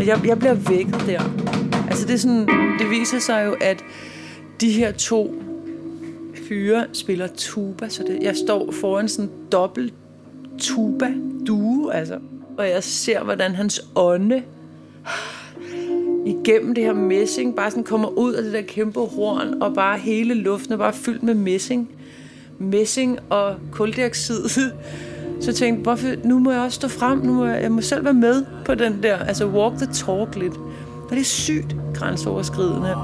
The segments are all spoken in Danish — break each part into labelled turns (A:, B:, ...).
A: Og jeg bliver vækket der. Altså det er sådan, det viser sig jo, at de her 2 fyre spiller tuba, så jeg står foran sådan en dobbelt tuba-due, altså. Og jeg ser, hvordan hans ånde igennem det her messing bare sådan kommer ud af det der kæmpe horn, og bare hele luften er bare fyldt med messing og kuldioxid. Så jeg tænkte, hvorfor, nu må jeg også stå frem, jeg må selv være med på den der, altså walk the talk lidt. Og det er sygt grænseoverskridende.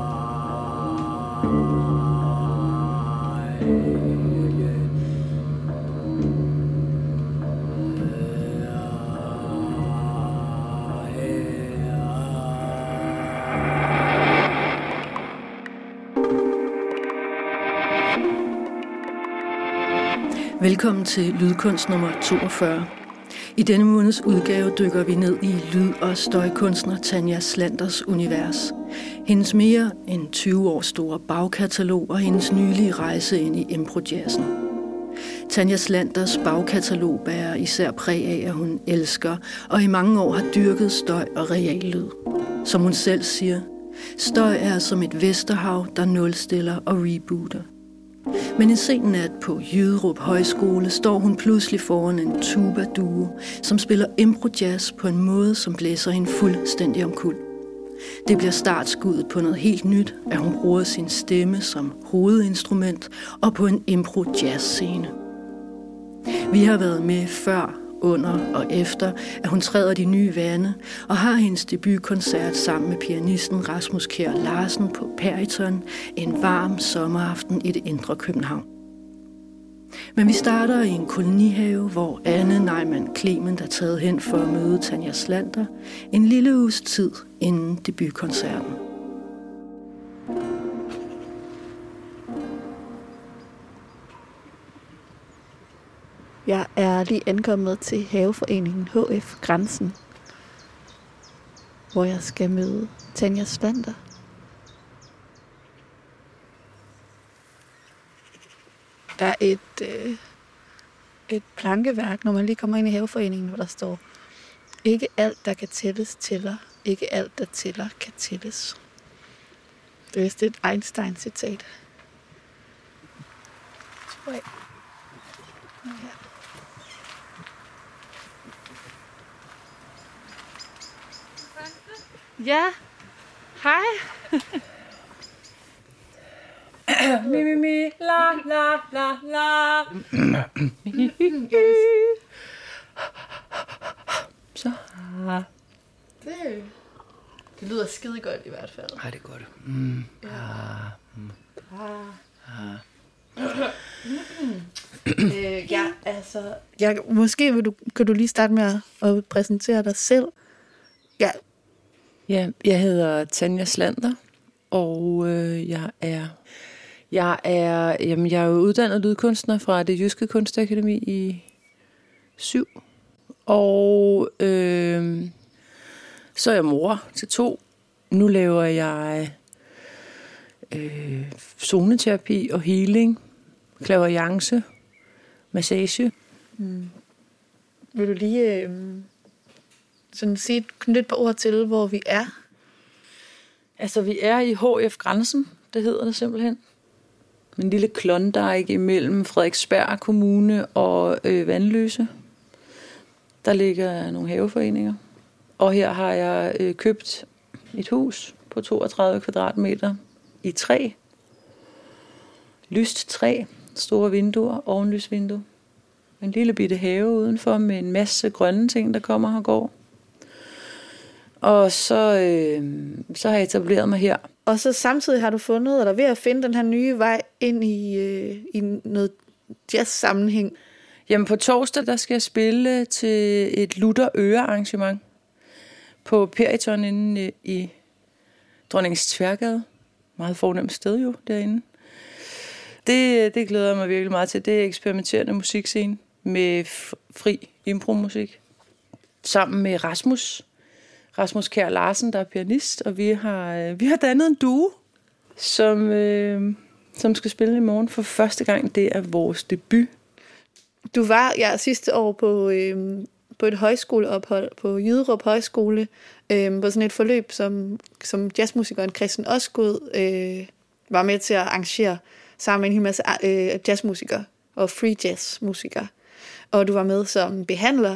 B: Velkommen til Lydkunst nummer 42. I denne måneds udgave dykker vi ned i lyd- og støjkunstner Tanja Slanders univers. Hendes mere end 20 år store bagkatalog og hendes nylige rejse ind i impro-jazzen. Tanja Slanders bagkatalog bærer især præg af, at hun elsker og i mange år har dyrket støj og reallyd. Som hun selv siger, støj er som et vesterhav, der nulstiller og rebooter. Men en sen nat på Jyderup Højskole står hun pludselig foran en tuba-duo, som spiller impro-jazz på en måde, som blæser hende fuldstændig omkuld. Det bliver startskuddet på noget helt nyt, at hun bruger sin stemme som hovedinstrument og på en impro-jazz-scene. Vi har været med før, under og efter, at hun træder de nye vande og har hendes debutkoncert sammen med pianisten Rasmus Kjær Larsen på Periton en varm sommeraften i det indre København. Men vi starter i en kolonihave, hvor Anne Neumann Clement er taget hen for at møde Tanja Slander en lille uges tid inden debutkoncerten.
C: Jeg er lige ankommet til haveforeningen HF Grænsen, hvor jeg skal møde Tanja Slander. Der er et plankeværk, når man lige kommer ind i haveforeningen, hvor der står: ikke alt, der kan tælles, tæller. Ikke alt, der tæller, kan tælles. Det er vist et Einstein-citat. Tror jeg. Ja. Ja, hej.
A: Mi, la, la, la, la. Så.
C: Det lyder skide godt i hvert fald.
A: Ej, det er godt.
C: Måske kan du lige starte med at præsentere dig selv. Ja.
A: Ja, jeg hedder Tanja Slander, og jeg er jo uddannet lydkunstner fra Det Jyske Kunstakademi i 7. Og så er jeg mor til 2. Nu laver jeg zoneterapi og healing, clairvoyance, massage.
C: Vil du lige sådan sige lidt på ord til, hvor vi er?
A: Altså, vi er i HF Grænsen, det hedder det simpelthen. En lille klondike imellem Frederiksberg Kommune og Vandløse. Der ligger nogle haveforeninger. Og her har jeg købt et hus på 32 kvadratmeter i træ. Lyst træ, store vinduer, ovenlysvindue. En lille bitte have udenfor med en masse grønne ting, der kommer og går. Og så har jeg etableret mig her.
C: Og så samtidig har du fundet, eller ved at finde den her nye vej ind i noget jazz-sammenhæng.
A: Jamen på torsdag, der skal jeg spille til et Luther Øre-arrangement på Periton inde i Dronningens Tværgade. Meget fornemt sted jo derinde. Det glæder jeg mig virkelig meget til. Det er eksperimenterende musikscene med fri impromusik. Sammen med Rasmus Kjær Larsen, der er pianist, og vi har dannet en duo, som skal spille i morgen for første gang. Det er vores debut.
C: Du var sidste år på et højskoleophold på Jyderup Højskole, på sådan et forløb, som jazzmusikeren Christian Osgood var med til at arrangere sammen med en hel masse jazzmusikere og free jazzmusikere. Og du var med som behandler,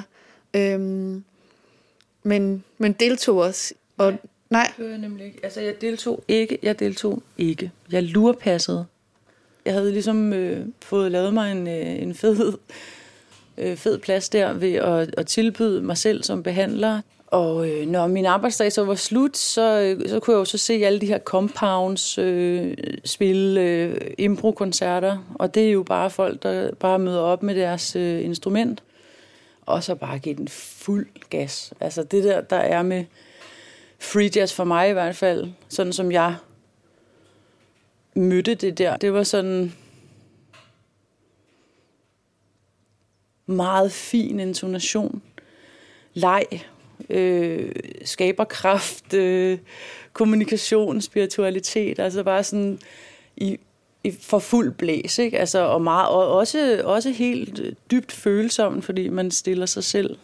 C: men deltog også. Og nej.
A: Det jeg nemlig ikke. Altså, jeg deltog ikke. Jeg lurpassede. Jeg havde ligesom fået lavet mig en fed plads der ved at tilbyde mig selv som behandler. Og når min arbejdsdag så var slut, så kunne jeg jo så se alle de her compounds spille impro-koncerter. Og det er jo bare folk, der bare møder op med deres instrument. Og så bare give den fuld gas. Altså det der er med free jazz for mig i hvert fald, sådan som jeg mødte det der. Det var sådan meget fin intonation, leg, skaberkraft, kommunikation, spiritualitet, altså bare sådan i for fuld blæs, ikke? Altså, og meget, og også helt dybt følsom, fordi man stiller sig selv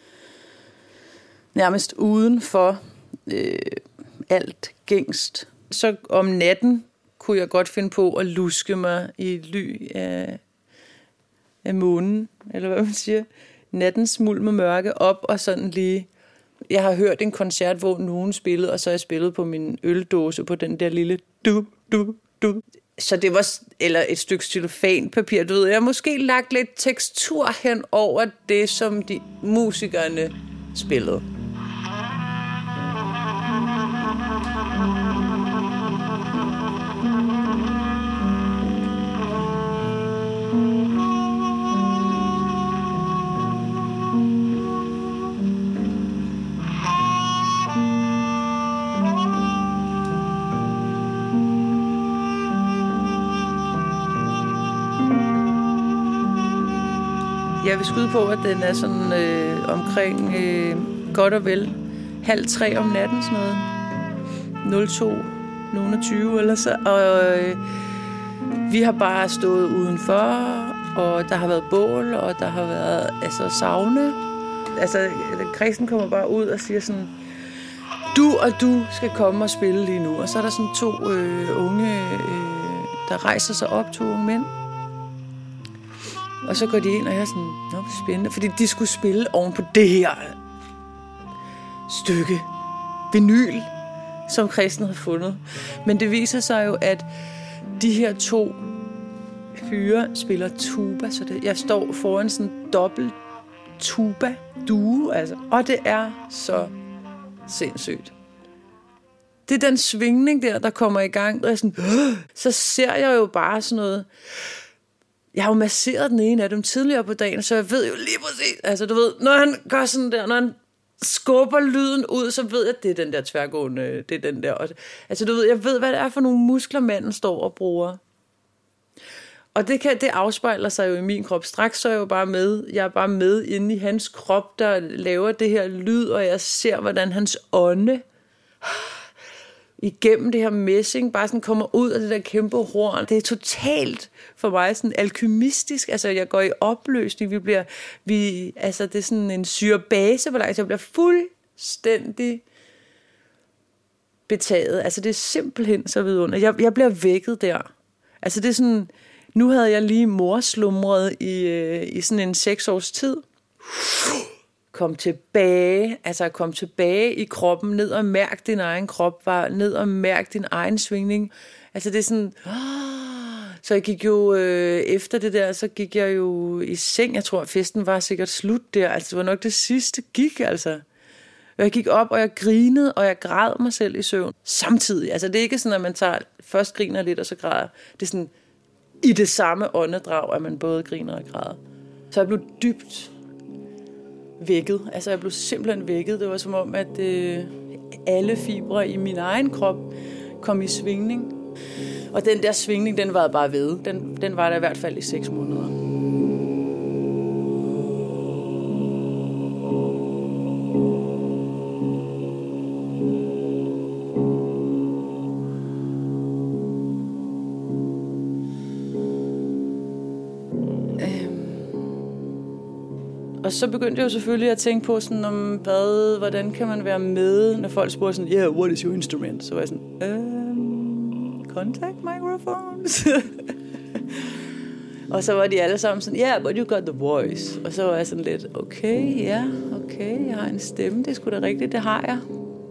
A: nærmest uden for alt gængst. Så om natten kunne jeg godt finde på at luske mig i ly af månen, eller hvad man siger, nattens mulm og mørke op og sådan lige. Jeg har hørt en koncert, hvor nogen spillede, og så har jeg spillet på min øldåse på den der lille du. Så det var, eller et stykke cellofanpapir, du ved, jeg har måske lagt lidt tekstur hen over det, som de musikerne spillede. Jeg vil skyde på, at den er sådan omkring godt og vel 2:30 om natten, sådan noget. 02, nogen 20 eller så. Og vi har bare stået udenfor, og der har været bål, og der har været sauna. Altså, Christian kommer bare ud og siger sådan, du skal komme og spille lige nu. Og så er der sådan 2 unge, der rejser sig op, 2 unge mænd. Og så går de ind, og jeg er sådan, nå, det er spændende, fordi de skulle spille oven på det her stykke vinyl, som Christian havde fundet. Men det viser sig jo, at de her 2 fyre spiller tuba, så jeg står foran sådan en dobbelt tuba-due, altså. Og det er så sindssygt. Det er den svingning der kommer i gang, og jeg sådan, så ser jeg jo bare sådan noget. Jeg har jo masseret den ene af dem tidligere på dagen, så jeg ved jo lige præcis, altså du ved, når han gør sådan der, når han skubber lyden ud, så ved jeg, at det er den der tværgående, det er den der. Altså du ved, jeg ved, hvad det er for nogle muskler, manden står og bruger. Og det afspejler sig jo i min krop. Straks så er jeg bare med inde i hans krop, der laver det her lyd, og jeg ser, hvordan hans ånde igennem det her messing bare sådan kommer ud af det der kæmpe horn. Det er totalt for mig sådan alkymistisk. Altså jeg går i opløsning. Altså det er sådan en syrebasebalance. Jeg bliver fuldstændig betaget. Altså det er simpelthen så vidunderligt. Jeg bliver vækket der. Altså det er sådan, nu havde jeg lige morslumret i sådan en 6 års tid. Kom tilbage i kroppen, ned og mærk din egen krop, ned og mærk din egen svingning. Altså det er sådan, så jeg gik jo, efter det der, så gik jeg jo i seng. Jeg tror, festen var sikkert slut der. Altså det var nok det sidste gik, altså. Og jeg gik op, og jeg grinede, og jeg græd mig selv i søvn samtidig. Altså det er ikke sådan, at man først griner lidt, og så græder. Det er sådan, i det samme åndedrag, at man både griner og græder. Så jeg blev dybt vækket. Altså jeg blev simpelthen vækket. Det var som om, at alle fibre i min egen krop kom i svingning. Og den der svingning, den var bare ved. Den var der i hvert fald i 6 måneder. Og Og så begyndte jeg jo selvfølgelig at tænke på, sådan, om hvordan kan man være med, når folk spurgte sådan, yeah, what is your instrument? Så var jeg sådan, contact microphones. Og så var de alle sammen sådan, yeah, but you got the voice. Og så var jeg sådan lidt, okay, jeg har en stemme, det er sgu da rigtigt, det har jeg.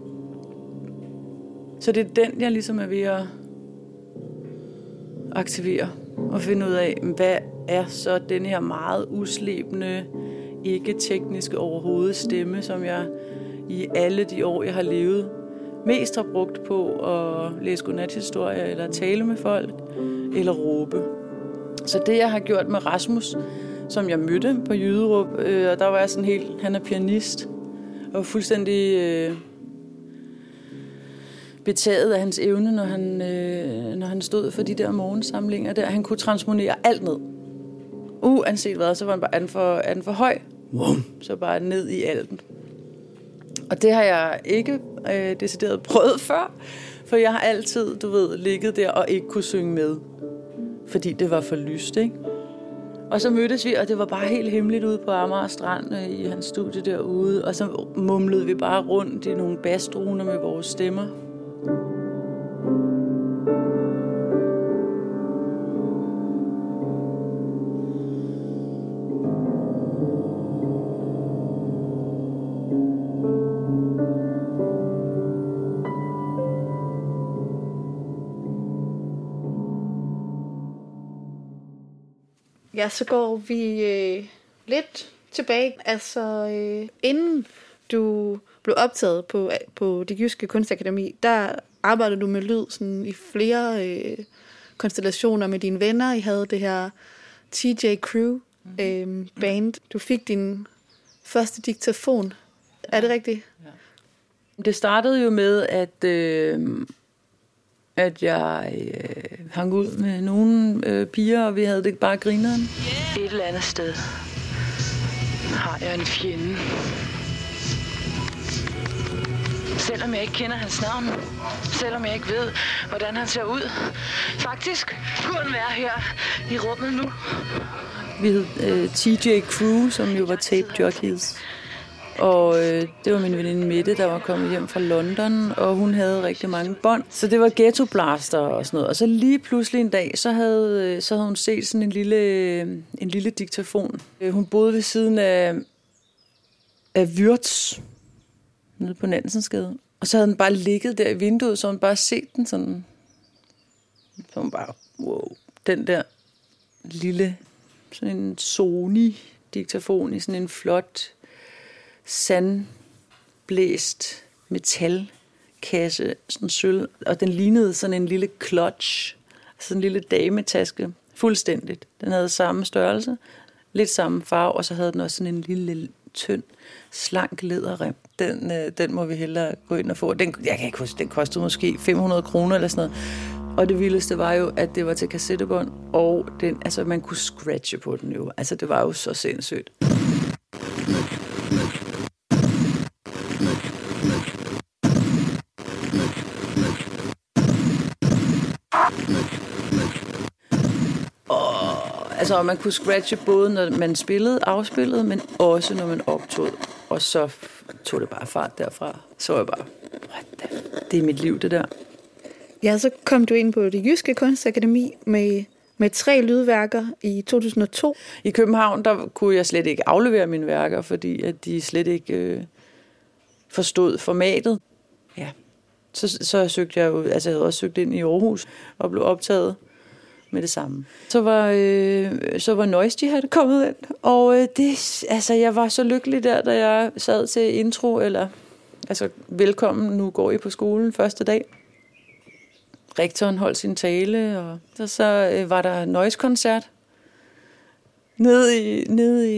A: Så det er den, jeg ligesom er ved at aktivere og finde ud af, hvad er så den her meget uslebende, ikke tekniske overhovedet stemme, som jeg i alle de år, jeg har levet, mest har brugt på at læse godnathistorier, eller tale med folk, eller råbe. Så det, jeg har gjort med Rasmus, som jeg mødte på Jyderup, og der var jeg sådan helt, han er pianist, og fuldstændig betaget af hans evne, når han stod for de der morgensamlinger der. Han kunne transponere alt ned. Uanset hvad, så var han bare, er den for høj? Så bare ned i alten. Og det har jeg ikke decideret prøvet før, for jeg har altid, ligget der og ikke kunne synge med. Fordi det var for lyst, ikke? Og så mødtes vi, og det var bare helt hemmeligt ude på Amager Strand i hans studie derude. Og så mumlede vi bare rundt i nogle bassdroner med vores stemmer.
C: Ja, så går vi lidt tilbage. Altså, inden du blev optaget på Det Jyske Kunstakademi, der arbejdede du med lyd sådan, i flere konstellationer med dine venner. I havde det her TJ Crew band. Du fik din første diktafon. Ja. Er det rigtigt?
A: Ja. Det startede jo med, at jeg hang ud med nogle piger, og vi havde det bare grineren. Et eller andet sted har jeg en fjende. Selvom jeg ikke kender hans navn, selvom jeg ikke ved, hvordan han ser ud. Faktisk kunne han være her i rummet nu. Vi hed TJ Crew, som jo var tape jockeys. Og det var min veninde Mette, der var kommet hjem fra London, og hun havde rigtig mange bånd. Så det var Ghetto Blaster og sådan noget. Og så lige pludselig en dag, så havde hun set sådan en lille diktafon. Hun boede ved siden af Würtz, nede på Nansensgade. Og så havde den bare ligget der i vinduet, så hun bare set den sådan. Så hun bare, wow, den der lille, sådan en Sony-diktafon i sådan en flot, sandblæst metalkasse, sådan sølv, og den lignede sådan en lille clutch, sådan en lille dametaske, fuldstændigt. Den havde samme størrelse, lidt samme farve, og så havde den også sådan en lille, tynd, slank læderrem. Den må vi hellere gå ind og få. Jeg kan ikke huske, den kostede måske 500 kroner eller sådan noget. Og det vildeste var jo, at det var til kassettebånd, og man kunne scratche på den jo. Altså, det var jo så sindssygt. Og man kunne scratche både, når man afspillede, men også når man optog. Og så tog det bare fart derfra. Så var jeg bare, det er mit liv, det der.
C: Ja, så kom du ind på Det Jyske Kunstakademi med 3 lydværker i 2002.
A: I København, der kunne jeg slet ikke aflevere mine værker, fordi at de slet ikke forstod formatet. Ja. Så søgte jeg jo, jeg havde også søgt ind i Aarhus og blev optaget med det samme. Så var Noise Jihad kommet ind, og jeg var så lykkelig der, da jeg sad til intro, velkommen, nu går I på skolen første dag. Rektoren holdt sin tale, og så var der Noise-koncert nede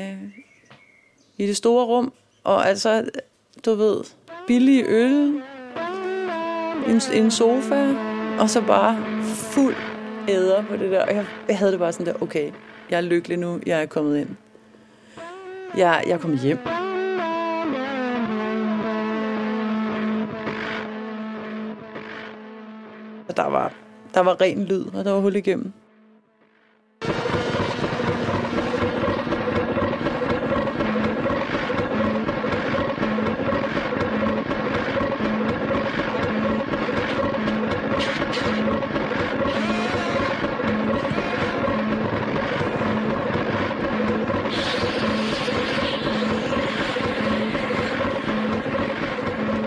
A: i det store rum, og billig øl, en sofa, og så bare fuld æder på det der. Og jeg havde det bare sådan der, okay, jeg er lykkelig nu, jeg er kommet ind. Jeg er kommet hjem. Og der var ren lyd, og der var hul igennem.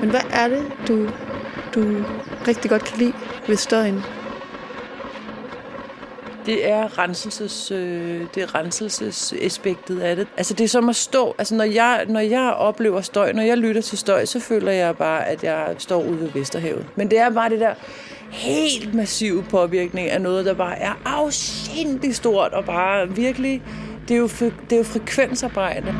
C: Men hvad er det, du rigtig godt kan lide ved støjen?
A: Det er renselsesaspektet af det. Altså det er som at stå, altså når jeg oplever støj, når jeg lytter til støj, så føler jeg bare, at jeg står ude ved Vesterhavet. Men det er bare det der helt massive påvirkning af noget, der bare er afsindigt stort og bare virkelig, det er jo frekvensarbejde.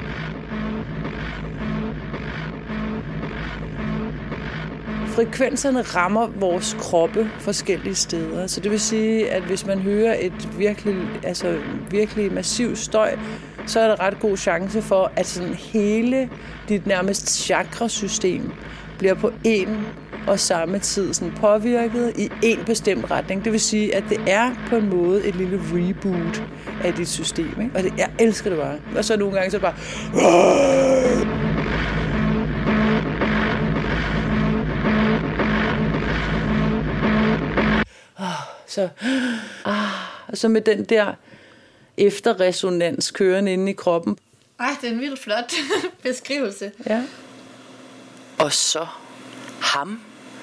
A: Frekvenserne rammer vores kroppe forskellige steder. Så det vil sige, at hvis man hører et virkelig massiv støj, så er der ret god chance for, at sådan hele dit nærmest chakrasystem bliver på en og samme tid sådan påvirket i en bestemt retning. Det vil sige, at det er på en måde et lille reboot af dit system. Ikke? Og jeg elsker det bare. Og så nogle gange så bare... Og så med den der efterresonans kørende inde i kroppen.
C: Ej, det er en vildt flot beskrivelse.
A: Ja.
D: Og så ham,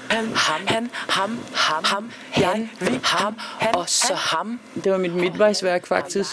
D: jeg, vi, ham, og så ham.
A: Det var mit midtvejsværk faktisk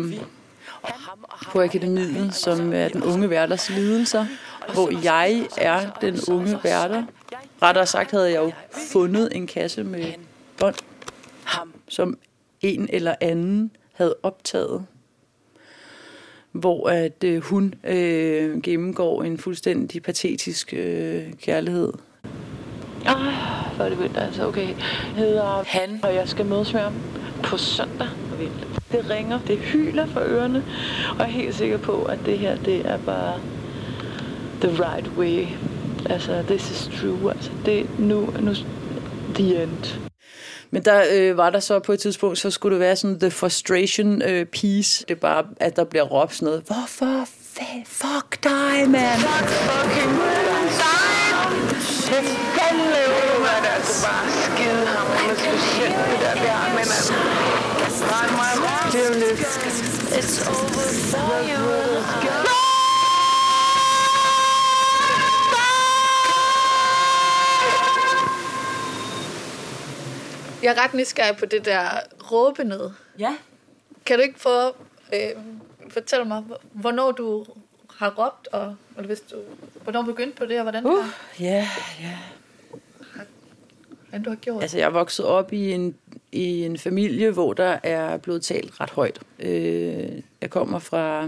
A: på akademiet, som er den unge værters lidelser, hvor jeg er den unge værter. Rettere sagt havde jeg jo fundet en kasse med bånd, som en eller anden havde optaget, hvor at hun gennemgår en fuldstændig patetisk kærlighed. For det vildt, altså okay. Hedder han, og jeg skal mødes med ham på søndag. Det ringer, det hyler for ørerne, og jeg er helt sikker på, at det her, det er bare the right way. Altså, this is true. Altså, det nu the end. Men der var der så på et tidspunkt, så skulle det være sådan the frustration piece. Det er bare, at der bliver råbt sådan noget. Hvorfor? Fuck dig, man! Fuck fucking dig! Det skal lave, man. Altså bare skide ham. Men specielt det der, men altså... Nej, mig. Det er jo lidt... It's over for you.
C: Jeg er ret nysgerrig på det der råbe noget.
A: Ja.
C: Kan du ikke få fortælle mig, hvornår du har råbt, og hvornår du begyndte på det, og hvordan hvordan du har gjort?
A: Altså, jeg er vokset op i en familie, hvor der er blevet talt ret højt. Jeg kommer fra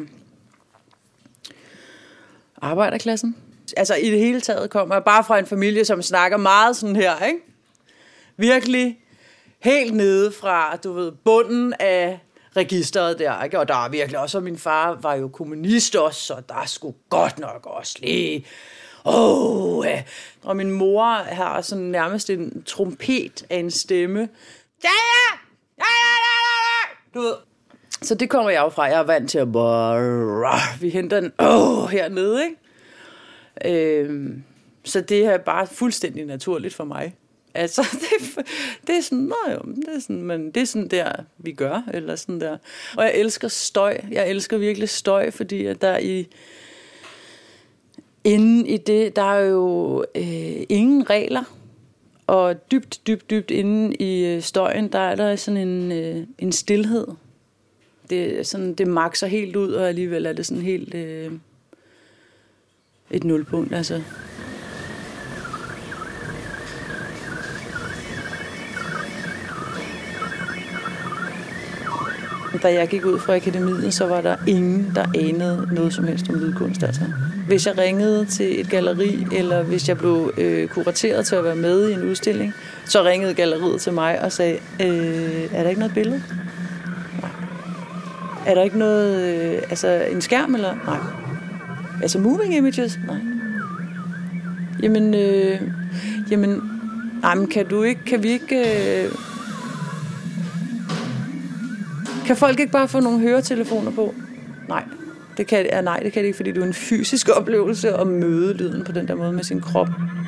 A: arbejderklassen. Altså, i det hele taget kommer jeg bare fra en familie, som snakker meget sådan her, ikke? Virkelig helt nede fra, du ved, bunden af registeret der, ikke? Og der er virkelig også, og min far var jo kommunist også, så der skulle godt nok også lige... Og min mor har sådan nærmest en trompet af en stemme. Ja! Du ved. Så det kommer jeg jo fra. Jeg er vant til at vi henter den hernede, ikke? Så det er bare fuldstændig naturligt for mig. Altså, det er sådan, det er sådan der, vi gør, eller sådan der. Og jeg elsker støj. Jeg elsker virkelig støj, fordi at der inde i det, der er jo ingen regler. Og dybt inde i støjen, der er der sådan en stilhed. Det er sådan, det makser helt ud, og alligevel er det sådan helt et nulpunkt, altså. Da jeg gik ud fra akademiet, så var der ingen, der anede noget som helst om lydkunst. Altså. Hvis jeg ringede til et galleri, eller hvis jeg blev kurateret til at være med i en udstilling, så ringede galleriet til mig og sagde, er der ikke noget billede? Nej. Er der ikke noget, en skærm eller? Nej. Altså moving images? Nej. Jamen, nej, men kan vi ikke... Kan folk ikke bare få nogle høretelefoner på? Nej, det kan det ikke, fordi det er en fysisk oplevelse at møde lyden på den der måde med sin krop.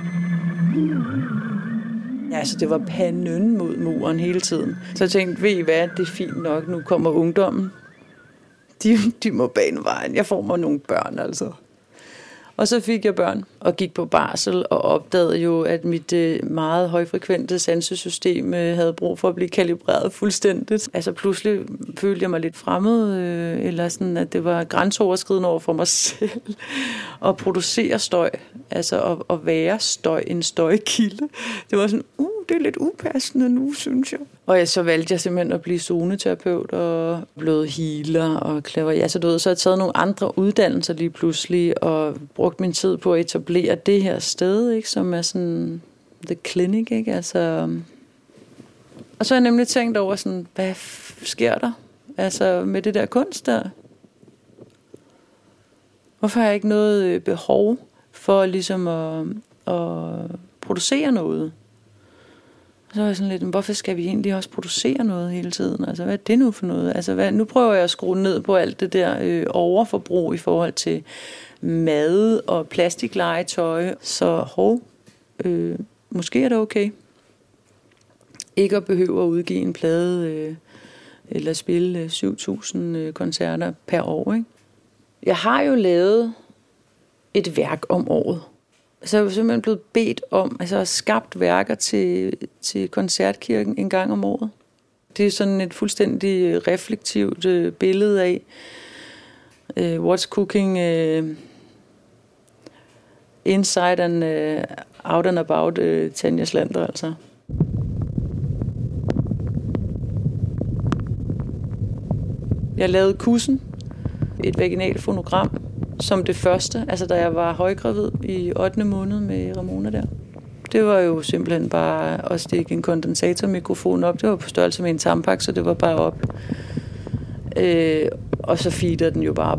A: Ja, altså det var panden mod muren hele tiden. Så jeg tænkte, ved I hvad, det er fint nok, nu kommer ungdommen. De må bane vejen. Jeg får mig nogle børn, altså. Og så fik jeg børn og gik på barsel og opdagede jo, at mit meget højfrekvente sansesystem havde brug for at blive kalibreret fuldstændigt. Altså pludselig følte jeg mig lidt fremmed, eller sådan, at det var grænseoverskridende over for mig selv at producere støj, altså at være støj, en støjkilde. Det var sådan, det er lidt upassende nu, synes jeg. Og så valgte jeg simpelthen at blive zoneterapeut og blevet healer og klaver. Så har jeg taget nogle andre uddannelser lige pludselig og brugt min tid på at etablere det her sted, ikke, som er sådan the clinic, ikke? Altså, og så har jeg nemlig tænkt over sådan, hvad sker der? Altså med det der kunst der? Hvorfor har jeg ikke noget behov for ligesom at producere noget? Så var jeg sådan lidt, hvorfor skal vi egentlig også producere noget hele tiden? Altså, hvad er det nu for noget? Altså, nu prøver jeg at skrue ned på alt det der overforbrug i forhold til mad og plastiklegetøj. Så måske er det okay. Ikke at behøve at udgive en plade eller spille 7.000 koncerter per år, ikke? Jeg har jo lavet et værk om året. Så er jeg simpelthen blevet bedt om, altså skabt værker til koncertkirken en gang om året. Det er sådan et fuldstændig reflektivt billede af what's cooking inside and out and about Tanja Slander, altså. Jeg lavede Kussen, et vaginalt fonogram, som det første, altså da jeg var højgravid i 8. måned med Ramona der. Det var jo simpelthen bare at stikke en kondensatormikrofon op. Det var på størrelse med en Tampax, så det var bare op. Og så feeder den jo bare.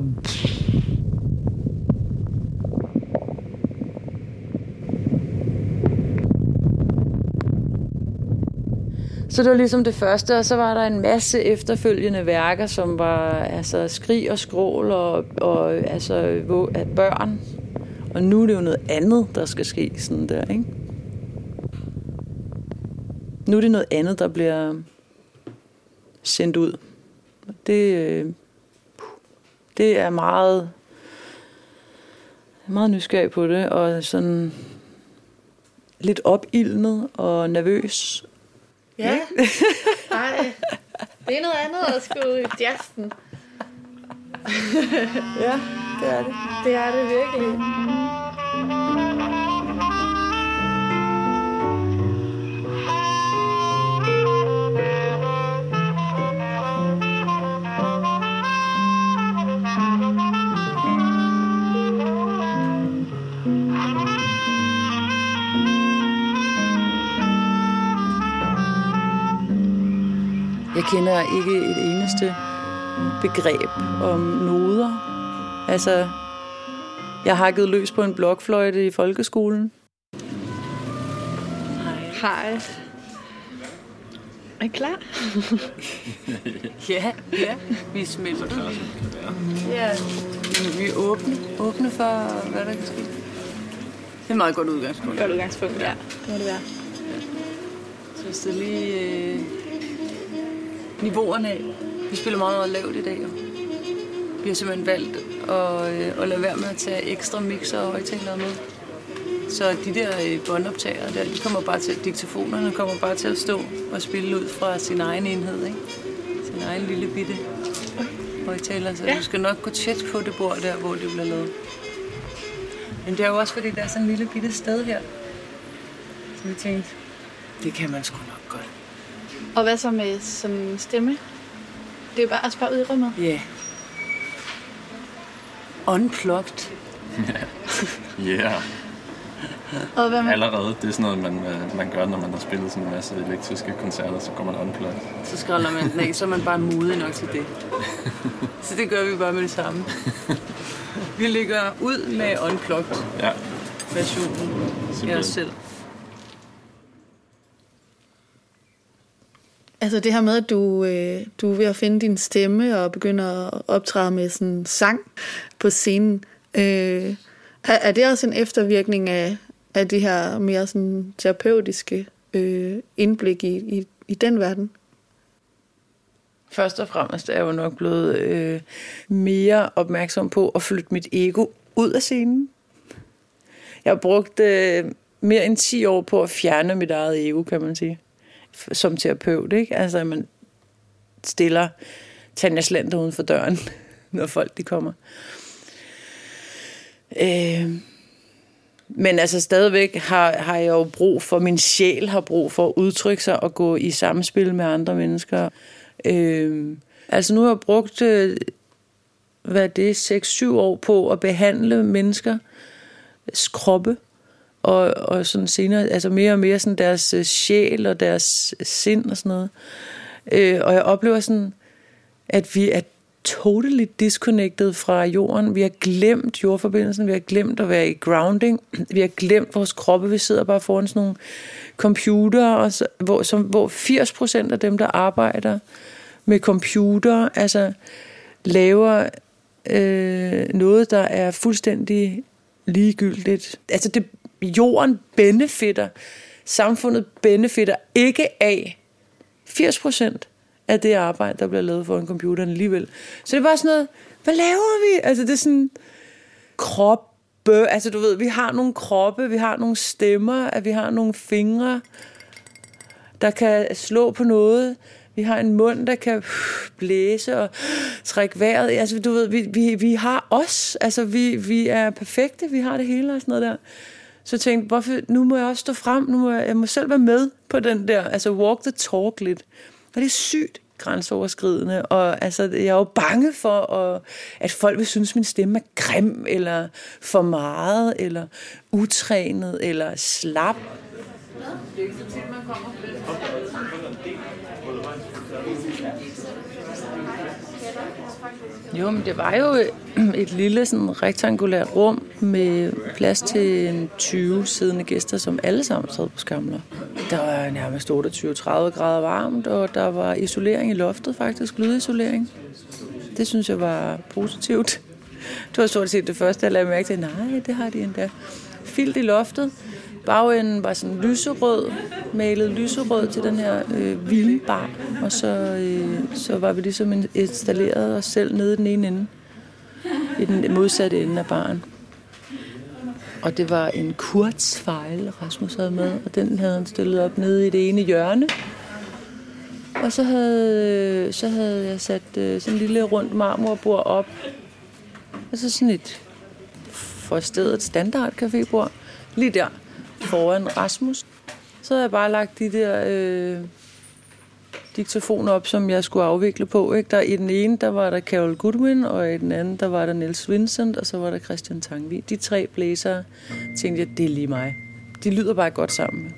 A: Så det var ligesom det første, og så var der en masse efterfølgende værker, som var altså skrig og skrål og altså af børn. Og nu er det jo noget andet, der skal ske sådan der, ikke? Nu er det noget andet, der bliver sendt ud. Det er meget nysgerrig på det, og sådan lidt opildnet og nervøs.
C: Ja, nej, det er noget andet at skulle i jazzen.
A: Ja, det er det.
C: Det er det virkelig.
A: Jeg kender ikke et eneste begreb om noder. Altså, jeg hakkede løs på en blokfløjte i folkeskolen.
C: Hej. Er I klar?
A: Ja, vi smelter. Ja, vi er åbne for, hvad der kan ske. Det er et meget godt udgangspunkt.
C: Godt udgangspunkt, ja. Det må det være.
A: Så hvis det lige niveauerne af. Vi spiller meget lavt i dag. Jo. Vi har simpelthen valgt at lade være med at tage ekstra mixer og højtalere med. Så de der båndoptagere der, diktafonerne kommer bare til at stå og spille ud fra sin egen enhed, ikke? Sin egen lille bitte højtaler. Så du skal nok gå tæt på det bord der, hvor det bliver lavet. Men det er jo også, fordi der er sådan en lille bitte sted her. Så vi tænkte, det kan man sgu nok godt.
C: Og hvad så med sådan stemme? Det er bare at spørge ud i rummet.
A: Ja. Yeah. Unplugged.
E: Ja.
C: Og hvad med?
E: Allerede, det er sådan noget, man gør, når man har spillet sådan en masse elektriske koncerter, så går man unplugged.
A: Så skræller man den af, så er man bare modig nok til det. Så det gør vi bare med det samme. Vi ligger ud med unplugged versionen af os selv.
C: Altså det her med, at du er ved at finde din stemme og begynder at optræde med sådan sang på scenen. Er det også en eftervirkning af det her mere sådan terapeutiske indblik i den verden?
A: Først og fremmest er jeg jo nok blevet mere opmærksom på at flytte mit ego ud af scenen. Jeg har brugt mere end 10 år på at fjerne mit eget ego, kan man sige. Som terapeut, ikke? Altså, man stiller Tanja Slander uden for døren, når folk de kommer. Men altså stadigvæk har jeg jo brug for, min sjæl har brug for at udtrykke sig og gå i samspil med andre mennesker. Altså nu har jeg brugt, 6-7 år på at behandle menneskers kroppe, og sådan senere, altså mere og mere sådan deres sjæl og deres sind og sådan noget. Og jeg oplever sådan, at vi er totally disconnected fra jorden. Vi har glemt jordforbindelsen, vi har glemt at være i grounding, vi har glemt vores kroppe, vi sidder bare foran sådan nogle computer, hvor 80% af dem, der arbejder med computer, altså laver noget, der er fuldstændig ligegyldigt. Altså jorden benefitter, samfundet benefitter ikke af 80% af det arbejde, der bliver lavet for en computer alligevel. Så det er bare sådan noget, hvad laver vi? Altså det er sådan kroppe, altså du ved, vi har nogle kroppe, vi har nogle stemmer, at vi har nogle fingre, der kan slå på noget. Vi har en mund, der kan blæse og trække vejret. Altså du ved, vi har os, altså vi er perfekte, vi har det hele og sådan noget der. Så jeg tænkte, hvorfor, nu må jeg også stå frem, jeg må selv være med på den der, altså walk the talk lidt. Og det er sygt grænseoverskridende, og altså, jeg er jo bange for, at folk vil synes, at min stemme er grim, eller for meget, eller utrænet, eller slap. Jo, men det var jo et lille sådan rektangulært rum med plads til en 20 siddende gæster, som alle sammen sad på skamler. Der var nærmest 28-30 grader varmt, og der var isolering i loftet faktisk, lydisolering. Det synes jeg var positivt. Det var stort set det første, jeg lagde mærke til. Nej, det har de endda. Filt i loftet. Bagenden var sådan lyserød, malet lyserød til den her vinbar, og så var vi ligesom installeret os selv nede i den ene ende, i den modsatte ende af baren. Og det var en Kurzweil, Rasmus havde med, og den havde han stillet op nede i det ene hjørne. Og så havde jeg sat sådan en lille rundt marmorbord op, og så sådan et for stedet standard cafébord, lige der foran Rasmus. Så havde jeg bare lagt de der diktafoner op, som jeg skulle afvikle på. Ikke? Der, i den ene, der var der Carol Goodwin, og i den anden, der var der Niels Vincent, og så var der Christian Tangvig. De 3 blæsere, tænkte jeg, det er lige mig. De lyder bare godt sammen.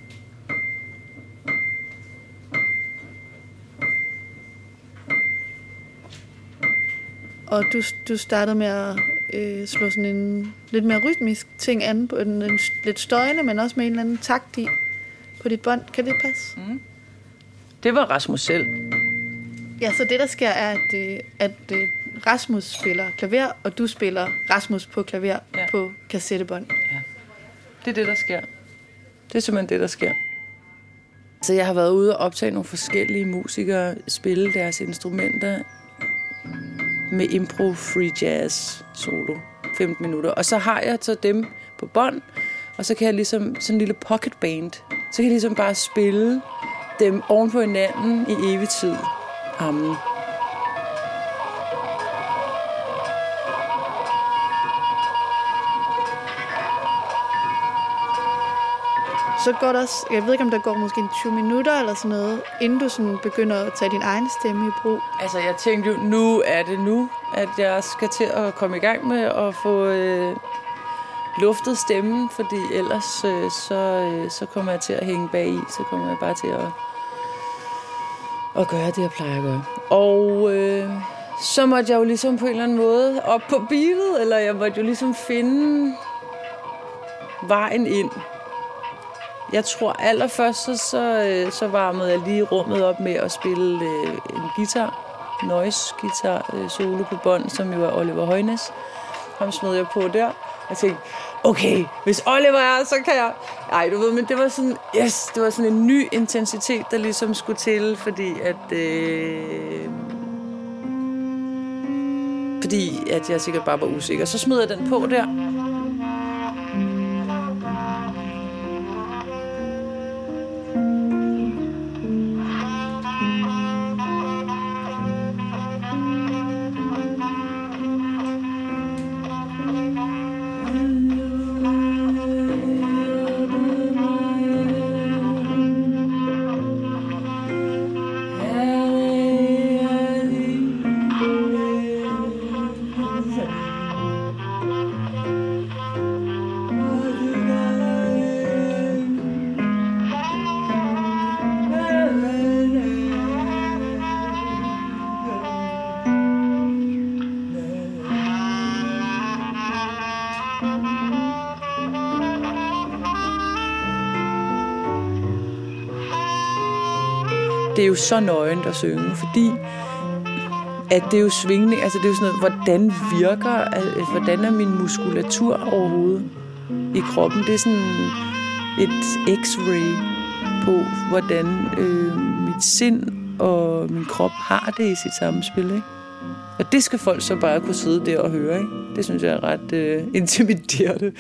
C: Og du startede med at slå sådan en lidt mere rytmisk ting an, på en lidt støjende, men også med en eller anden takt i på dit bånd. Kan det passe?
A: Mm. Det var Rasmus selv.
C: Ja, så det der sker er, at Rasmus spiller klaver, og du spiller Rasmus på klaver på kassettebånd.
A: Ja. Det er det, der sker. Det er simpelthen det, der sker. Så jeg har været ude og optage nogle forskellige musikere, spille deres instrumenter med impro free jazz solo 15 minutter. Og så har jeg så dem på bånd, og så kan jeg ligesom sådan en lille pocket band, så kan jeg ligesom bare spille dem oven på hinanden i evig tid. Amen.
C: Så går der også, jeg ved ikke om der går måske 20 minutter eller sådan noget, inden du sådan begynder at tage din egen stemme i brug.
A: Altså jeg tænkte jo, nu er det nu, at jeg skal til at komme i gang med at få luftet stemmen, fordi ellers så kommer jeg til at hænge bag i, så kommer jeg bare til at gøre det, jeg plejer at gøre. Og så måtte jeg jo ligesom på en eller anden måde op på beatet, eller jeg måtte jo ligesom finde vejen ind. Jeg tror allerførst, så varmede jeg lige rummet op med at spille en guitar, noise-guitar solo på bånd, som jo er Oliver Højnes. Ham smed jeg på der. Jeg tænkte, okay, hvis Oliver er, så kan jeg... Ej, du ved, men det var sådan, yes, det var sådan en ny intensitet, der ligesom skulle til, fordi at jeg sikkert bare var usikker. Så smed jeg den på der. det er jo så nøgent at synge, fordi at det er jo svingning, altså det er jo sådan noget, hvordan virker, hvordan er min muskulatur overhovedet i kroppen. Det er sådan et x-ray på, hvordan mit sind og min krop har det i sit samspil, ikke? Og det skal folk så bare kunne sidde der og høre, ikke? Det synes jeg er ret intimiderende.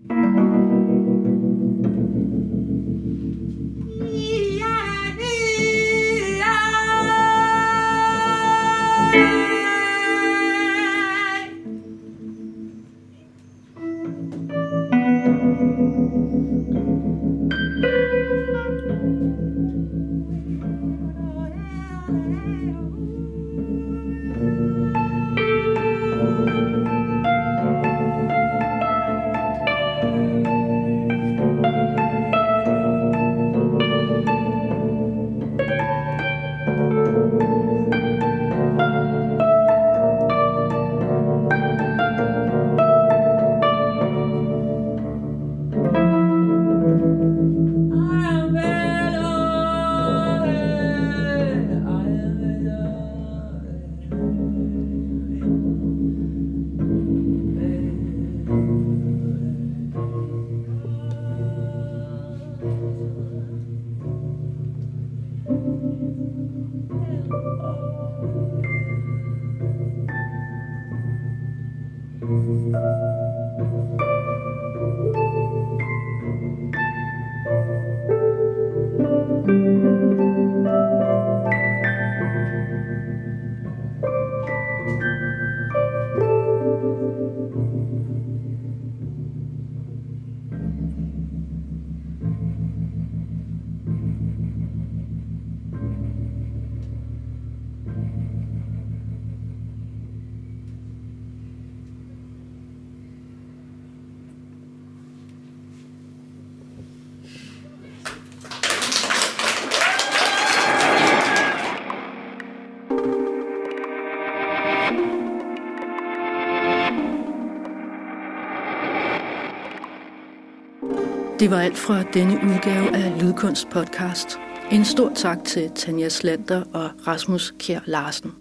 B: Det var alt fra denne udgave af Lydkunst podcast. En stor tak til Tanja Slander og Rasmus Kjær Larsen.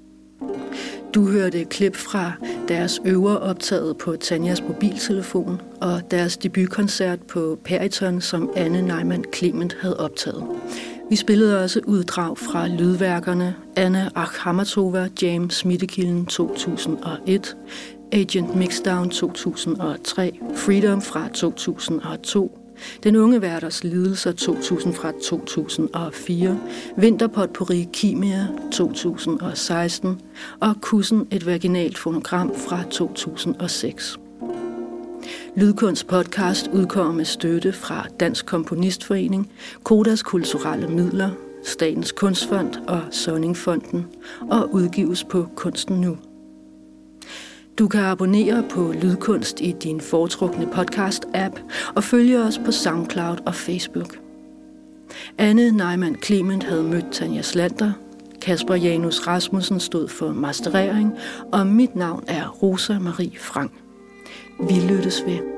B: Du hørte et klip fra deres øver optaget på Tanjas mobiltelefon og deres debutkoncert på Periton, som Anne Neumann Clement havde optaget. Vi spillede også uddrag fra lydværkerne Anna Akhmatova, James Smittekilden 2001, Agent Mixdown 2003, Freedom fra 2002, Den unge værters lidelser 2000 fra 2004, Vinterpotpourri Kimia 2016 og Kussen et vaginalt fonogram fra 2006. Lydkunst podcast udkommer med støtte fra Dansk Komponistforening, Kodas Kulturelle Midler, Statens Kunstfond og Sonningfonden og udgives på Kunsten Nu. Du kan abonnere på Lydkunst i din foretrukne podcast-app og følge os på SoundCloud og Facebook. Anne Neumann Clement havde mødt Tanja Slander, Kasper Janus Rasmussen stod for masterering, og mit navn er Rosa Marie Frank. Vi lyttes ved.